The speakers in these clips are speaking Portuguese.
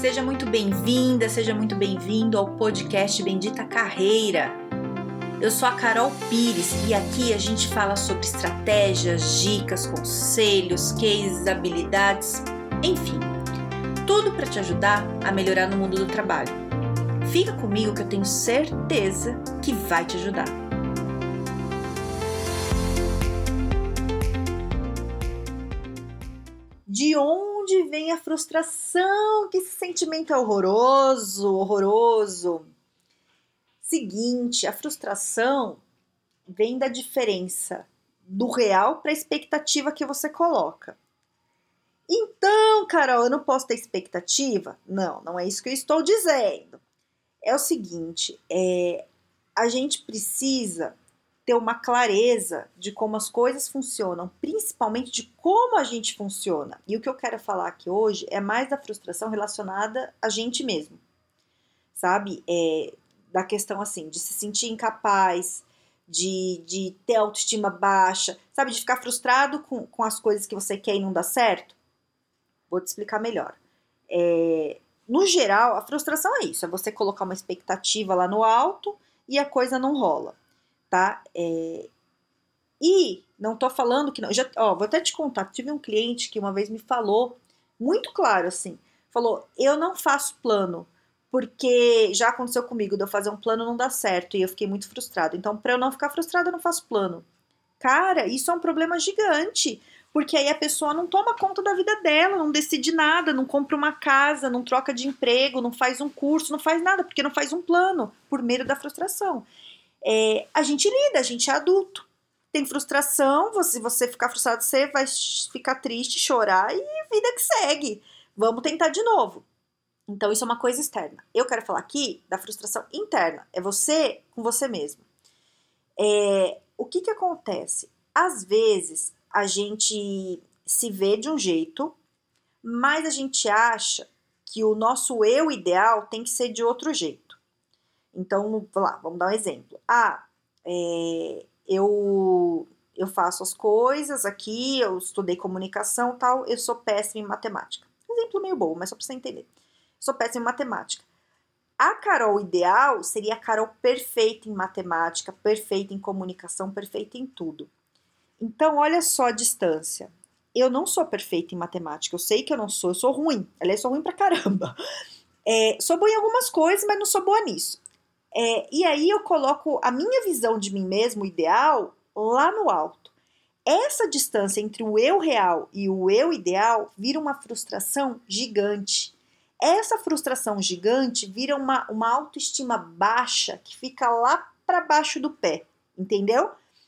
Seja muito bem-vinda, seja muito bem-vindo ao podcast Bendita Carreira. Eu sou a Carol Pires e aqui a gente fala sobre estratégias, dicas, conselhos, cases, habilidades, enfim, tudo para te ajudar a melhorar no mundo do trabalho. Fica comigo que eu tenho certeza que vai te ajudar. De onde vem a frustração? Que esse sentimento é horroroso. Seguinte, a frustração vem da diferença do real para a expectativa que você coloca. Então, Carol, eu não posso ter expectativa? Não é isso que eu estou dizendo. É o seguinte, a gente precisa ter uma clareza de como as coisas funcionam, principalmente de como a gente funciona. E o que eu quero falar aqui hoje é mais da frustração relacionada a gente mesmo, sabe? Da questão assim, de se sentir incapaz, de ter autoestima baixa, sabe? De ficar frustrado com as coisas que você quer e não dá certo. Vou te explicar melhor. No geral, a frustração é isso, é você colocar uma expectativa lá no alto e a coisa não rola. Tá? E não tô falando que não. Vou até te contar. Tive um cliente que uma vez me falou, muito claro assim, falou: eu não faço plano, porque já aconteceu comigo, de eu fazer um plano não dá certo, e eu fiquei muito frustrado. Então, para eu não ficar frustrada, eu não faço plano. Cara, isso é um problema gigante, porque aí a pessoa não toma conta da vida dela, não decide nada, não compra uma casa, não troca de emprego, não faz um curso, não faz nada, porque não faz um plano, por medo da frustração. A gente lida, a gente é adulto, tem frustração, se você ficar frustrado, você vai ficar triste, chorar e vida que segue, vamos tentar de novo. Então isso é uma coisa externa. Eu quero falar aqui da frustração interna, é você com você mesmo. O que acontece? Às vezes a gente se vê de um jeito, mas a gente acha que o nosso eu ideal tem que ser de outro jeito. Então, vamos dar um exemplo. Eu faço as coisas aqui, eu estudei comunicação e tal, eu sou péssima em matemática. Exemplo meio bobo, mas só pra você entender. Sou péssima em matemática. A Carol ideal seria a Carol perfeita em matemática, perfeita em comunicação, perfeita em tudo. Então, olha só a distância. Eu não sou perfeita em matemática, eu sei que eu não sou, eu sou ruim. Aliás, sou ruim pra caramba. Sou boa em algumas coisas, mas não sou boa nisso. E aí eu coloco a minha visão de mim mesmo, o ideal, lá no alto. Essa distância entre o eu real e o eu ideal vira uma frustração gigante. Essa frustração gigante vira uma autoestima baixa que fica lá para baixo do pé, entendeu?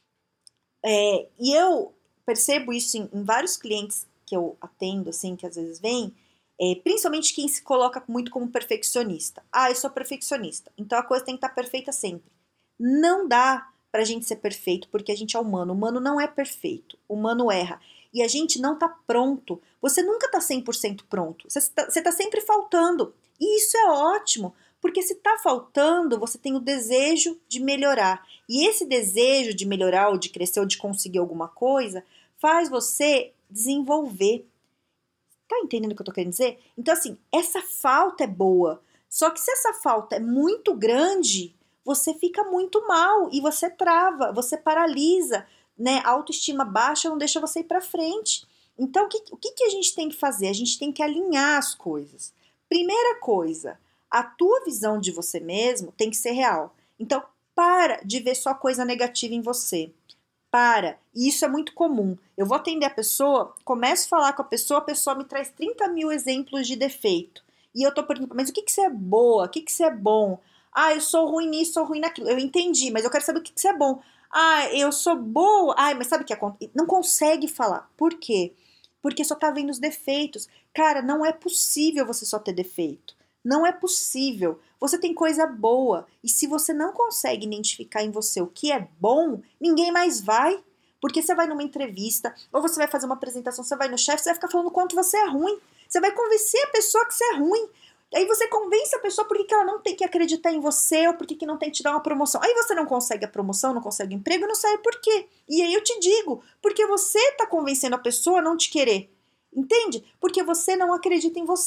E eu percebo isso em vários clientes que eu atendo, assim, que às vezes vêm, principalmente quem se coloca muito como perfeccionista. Eu sou perfeccionista, então a coisa tem que estar perfeita sempre. Não dá pra gente ser perfeito, porque a gente é humano. O humano não é perfeito, o humano erra. E a gente não tá pronto. Você nunca tá 100% pronto. Você tá sempre faltando. E isso é ótimo, porque se tá faltando, você tem o desejo de melhorar. E esse desejo de melhorar, ou de crescer, ou de conseguir alguma coisa, faz você desenvolver. Tá entendendo o que eu tô querendo dizer? Então, assim, essa falta é boa. Só que se essa falta é muito grande, você fica muito mal e você trava, você paralisa, né? A autoestima baixa não deixa você ir pra frente. Então, o que a gente tem que fazer? A gente tem que alinhar as coisas. Primeira coisa, a tua visão de você mesmo tem que ser real. Então, para de ver só coisa negativa em você. E isso é muito comum. Eu vou atender a pessoa, começo a falar com a pessoa me traz 30 mil exemplos de defeito. E eu tô perguntando, mas o que você é boa? O que você é bom? Eu sou ruim nisso, sou ruim naquilo. Eu entendi, mas eu quero saber o que você é bom. Eu sou boa. Mas sabe o que acontece? Não consegue falar. Por quê? Porque só tá vendo os defeitos. Cara, não é possível você só ter defeito. Não é possível. Você tem coisa boa. E se você não consegue identificar em você o que é bom, ninguém mais vai. Porque você vai numa entrevista, ou você vai fazer uma apresentação, você vai no chefe, você vai ficar falando o quanto você é ruim. Você vai convencer a pessoa que você é ruim. Aí você convence a pessoa por que ela não tem que acreditar em você, ou por que não tem que te dar uma promoção. Aí você não consegue a promoção, não consegue o emprego, não sabe por quê. E aí eu te digo, porque você tá convencendo a pessoa a não te querer. Entende? Porque você não acredita em você.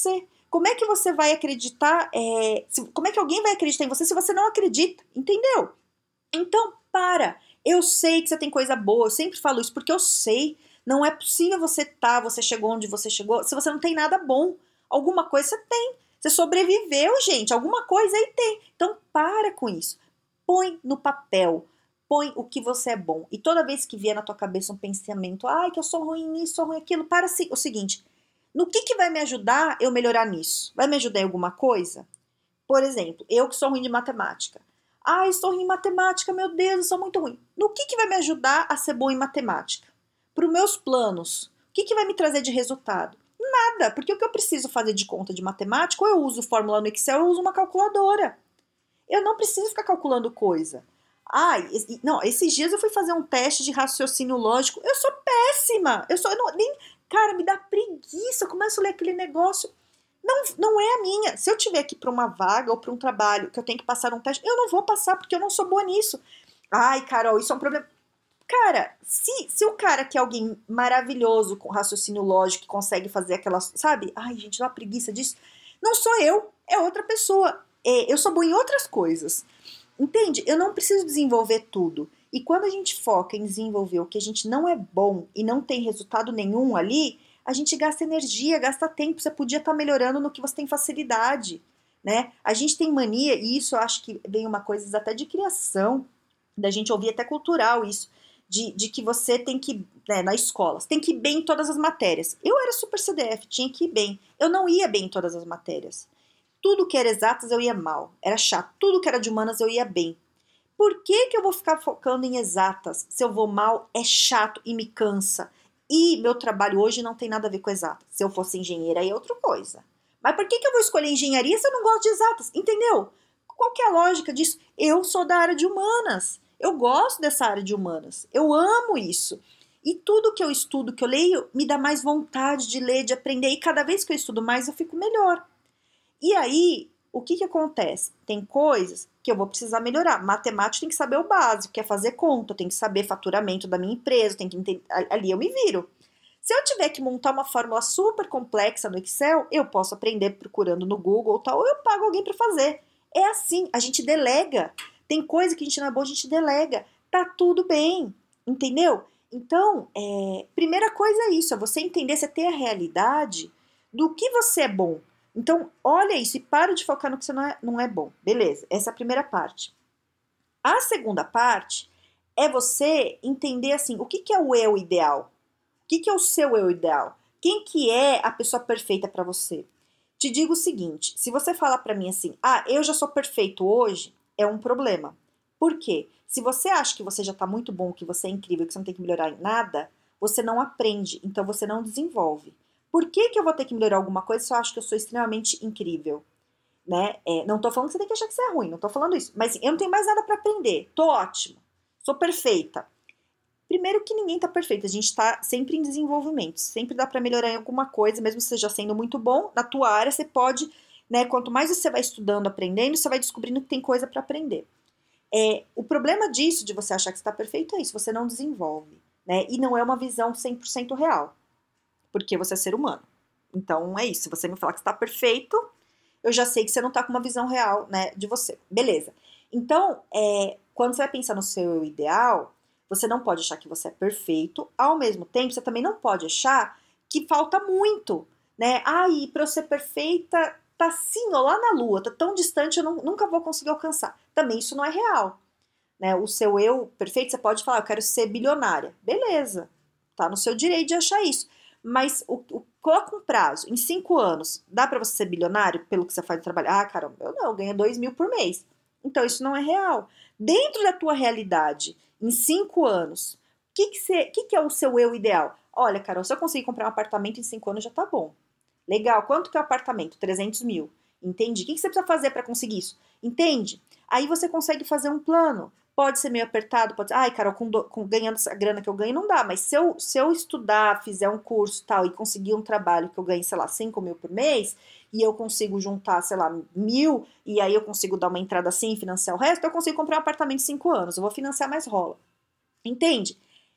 Como é que você vai acreditar, como é que alguém vai acreditar em você se você não acredita, entendeu? Então, para. Eu sei que você tem coisa boa, eu sempre falo isso porque eu sei. Não é possível você chegou onde você chegou, se você não tem nada bom. Alguma coisa você tem. Você sobreviveu, gente, alguma coisa aí tem. Então, para com isso. Põe no papel. Põe o que você é bom. E toda vez que vier na tua cabeça um pensamento, ai, que eu sou ruim nisso, sou ruim naquilo, para o seguinte, no que vai me ajudar eu melhorar nisso? Vai me ajudar em alguma coisa? Por exemplo, eu que sou ruim de matemática. Ai, sou ruim em matemática, meu Deus, eu sou muito ruim. No que vai me ajudar a ser bom em matemática? Para os meus planos, o que vai me trazer de resultado? Nada, porque o que eu preciso fazer de conta de matemática, ou eu uso fórmula no Excel, ou eu uso uma calculadora. Eu não preciso ficar calculando coisa. Ai, não, esses dias eu fui fazer um teste de raciocínio lógico. Eu sou péssima. Cara, me dá preguiça. Eu começo a ler aquele negócio. Não é a minha. Se eu tiver que ir para uma vaga ou para um trabalho que eu tenho que passar um teste, eu não vou passar porque eu não sou boa nisso. Ai, Carol, isso é um problema. Cara, se o cara que é alguém maravilhoso com raciocínio lógico, que consegue fazer aquelas, sabe? Ai, gente, dá uma preguiça disso. Não sou eu, é outra pessoa. Eu sou boa em outras coisas. Entende? Eu não preciso desenvolver tudo. E quando a gente foca em desenvolver o que a gente não é bom e não tem resultado nenhum ali, a gente gasta energia, gasta tempo. Você podia estar melhorando no que você tem facilidade, né? A gente tem mania, e isso eu acho que vem uma coisa até de criação, da gente ouvir até cultural isso, de que você tem que, né, na escola, você tem que ir bem em todas as matérias. Eu era super CDF, tinha que ir bem. Eu não ia bem em todas as matérias. Tudo que era exatas eu ia mal, era chato. Tudo que era de humanas eu ia bem. Por que eu vou ficar focando em exatas? Se eu vou mal, é chato e me cansa. E meu trabalho hoje não tem nada a ver com exatas. Se eu fosse engenheira, aí é outra coisa. Mas por que eu vou escolher engenharia se eu não gosto de exatas? Entendeu? Qual que é a lógica disso? Eu sou da área de humanas. Eu gosto dessa área de humanas. Eu amo isso. E tudo que eu estudo, que eu leio, me dá mais vontade de ler, de aprender. E cada vez que eu estudo mais, eu fico melhor. E aí, o que acontece? Tem coisas que eu vou precisar melhorar. Matemática tem que saber o básico, que é fazer conta, tem que saber faturamento da minha empresa, tem que entender, ali eu me viro. Se eu tiver que montar uma fórmula super complexa no Excel, eu posso aprender procurando no Google ou tal, ou eu pago alguém para fazer. É assim, a gente delega. Tem coisa que a gente não é bom, a gente delega. Tá tudo bem, entendeu? Então, primeira coisa é isso, é você entender, você ter a realidade do que você é bom. Então, olha isso e para de focar no que você não é bom. Beleza, essa é a primeira parte. A segunda parte é você entender assim, o que é o eu ideal? O que é o seu eu ideal? Quem que é a pessoa perfeita para você? Te digo o seguinte, se você falar para mim assim, eu já sou perfeito hoje, é um problema. Por quê? Se você acha que você já tá muito bom, que você é incrível, que você não tem que melhorar em nada, você não aprende, então você não desenvolve. Por que eu vou ter que melhorar alguma coisa se eu acho que eu sou extremamente incrível? Né? Não tô falando que você tem que achar que você é ruim, não tô falando isso. Mas eu não tenho mais nada para aprender. Tô ótimo. Sou perfeita. Primeiro que ninguém tá perfeito. A gente tá sempre em desenvolvimento. Sempre dá para melhorar em alguma coisa, mesmo você já sendo muito bom. Na tua área você pode, né? Quanto mais você vai estudando, aprendendo, você vai descobrindo que tem coisa para aprender. O problema disso, de você achar que está perfeito, é isso. Você não desenvolve. Né? E não é uma visão 100% real. Porque você é ser humano. Então é isso. Se você me falar que está perfeito, eu já sei que você não está com uma visão real, né, de você. Beleza. Então, quando você vai pensar no seu eu ideal, você não pode achar que você é perfeito. Ao mesmo tempo, você também não pode achar que falta muito, né? E para eu ser perfeita, tá assim, ó, lá na lua, tá tão distante, eu nunca vou conseguir alcançar. Também isso não é real. Né? O seu eu perfeito, você pode falar, eu quero ser bilionária. Beleza. Tá no seu direito de achar isso. Mas coloca um prazo, em 5 anos, dá para você ser bilionário pelo que você faz de trabalho? Caramba, eu ganho 2.000 por mês. Então isso não é real. Dentro da tua realidade, em 5 anos, o que é o seu eu ideal? Olha, Carol, se eu conseguir comprar um apartamento em 5 anos já tá bom. Legal, quanto que é o apartamento? 300 mil. Entendi. O que você precisa fazer para conseguir isso? Entende? Aí você consegue fazer um plano. Pode ser meio apertado, pode ser, Carol, ganhando essa grana que eu ganho não dá, mas se eu estudar, fizer um curso tal e conseguir um trabalho que eu ganhe, sei lá, 5.000 por mês, e eu consigo juntar, sei lá, 1.000, e aí eu consigo dar uma entrada assim e financiar o resto, eu consigo comprar um apartamento em 5 anos, eu vou financiar mais rola. Entende?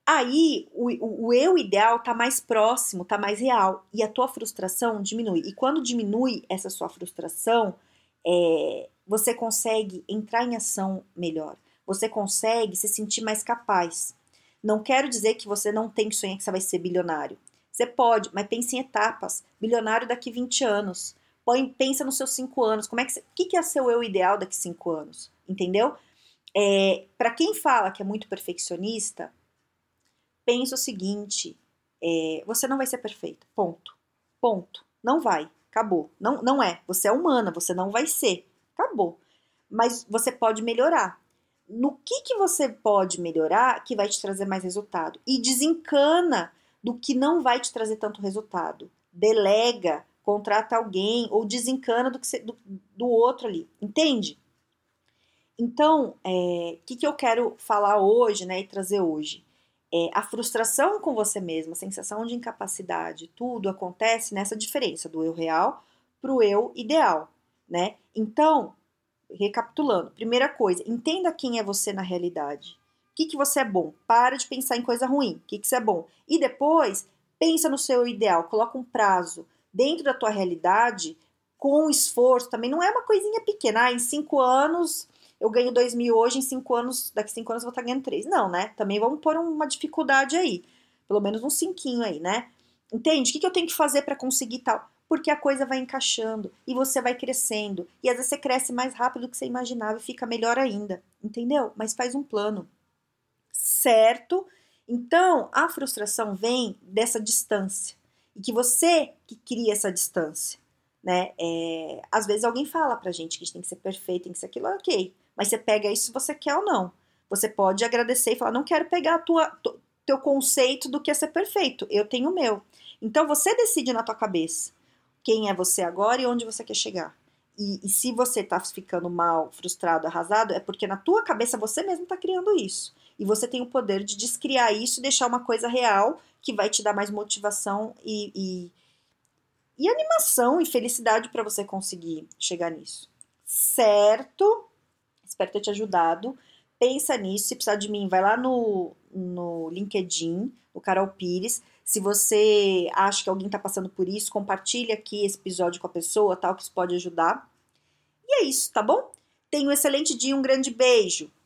Aí, o eu ideal tá mais próximo, tá mais real. E a tua frustração diminui. E quando diminui essa sua frustração, você consegue entrar em ação melhor. Você consegue se sentir mais capaz. Não quero dizer que você não tem que sonhar que você vai ser bilionário. Você pode, mas pense em etapas. Bilionário daqui 20 anos. Pensa nos seus 5 anos. O que é seu eu ideal daqui 5 anos? Entendeu? Para quem fala que é muito perfeccionista, pensa o seguinte, você não vai ser perfeita, ponto. Ponto. Não vai, acabou. Não, não é, você é humana, você não vai ser, acabou. Mas você pode melhorar. No que você pode melhorar que vai te trazer mais resultado? E desencana do que não vai te trazer tanto resultado. Delega, contrata alguém ou desencana do outro ali, entende? Então, que eu quero falar hoje, né, e trazer hoje? A frustração com você mesma, a sensação de incapacidade, tudo acontece nessa diferença do eu real pro eu ideal, né? Então, recapitulando, primeira coisa, entenda quem é você na realidade. O que você é bom? Para de pensar em coisa ruim. O que você é bom? E depois, pensa no seu ideal, coloca um prazo dentro da tua realidade, com esforço, também não é uma coisinha pequena, em 5 anos eu ganho 2.000 hoje, em 5 anos, daqui 5 anos eu vou estar ganhando 3. Não, né? Também vamos pôr uma dificuldade aí. Pelo menos um cinquinho aí, né? Entende? O que eu tenho que fazer para conseguir tal? Porque a coisa vai encaixando e você vai crescendo. E às vezes você cresce mais rápido do que você imaginava e fica melhor ainda. Entendeu? Mas faz um plano. Certo? Então, a frustração vem dessa distância. E que você que cria essa distância. Né? Às vezes alguém fala pra gente que a gente tem que ser perfeito, tem que ser aquilo, ok. Mas você pega isso se você quer ou não. Você pode agradecer e falar, não quero pegar teu conceito do que é ser perfeito, eu tenho o meu. Então você decide na tua cabeça quem é você agora e onde você quer chegar. E se você tá ficando mal, frustrado, arrasado, é porque na tua cabeça você mesmo tá criando isso. E você tem o poder de descriar isso e deixar uma coisa real que vai te dar mais motivação e animação e felicidade para você conseguir chegar nisso. Certo? Espero ter te ajudado. Pensa nisso. Se precisar de mim, vai lá no LinkedIn, no Carol Pires. Se você acha que alguém está passando por isso, compartilhe aqui esse episódio com a pessoa, tal, que isso pode ajudar. E é isso, tá bom? Tenha um excelente dia, um grande beijo.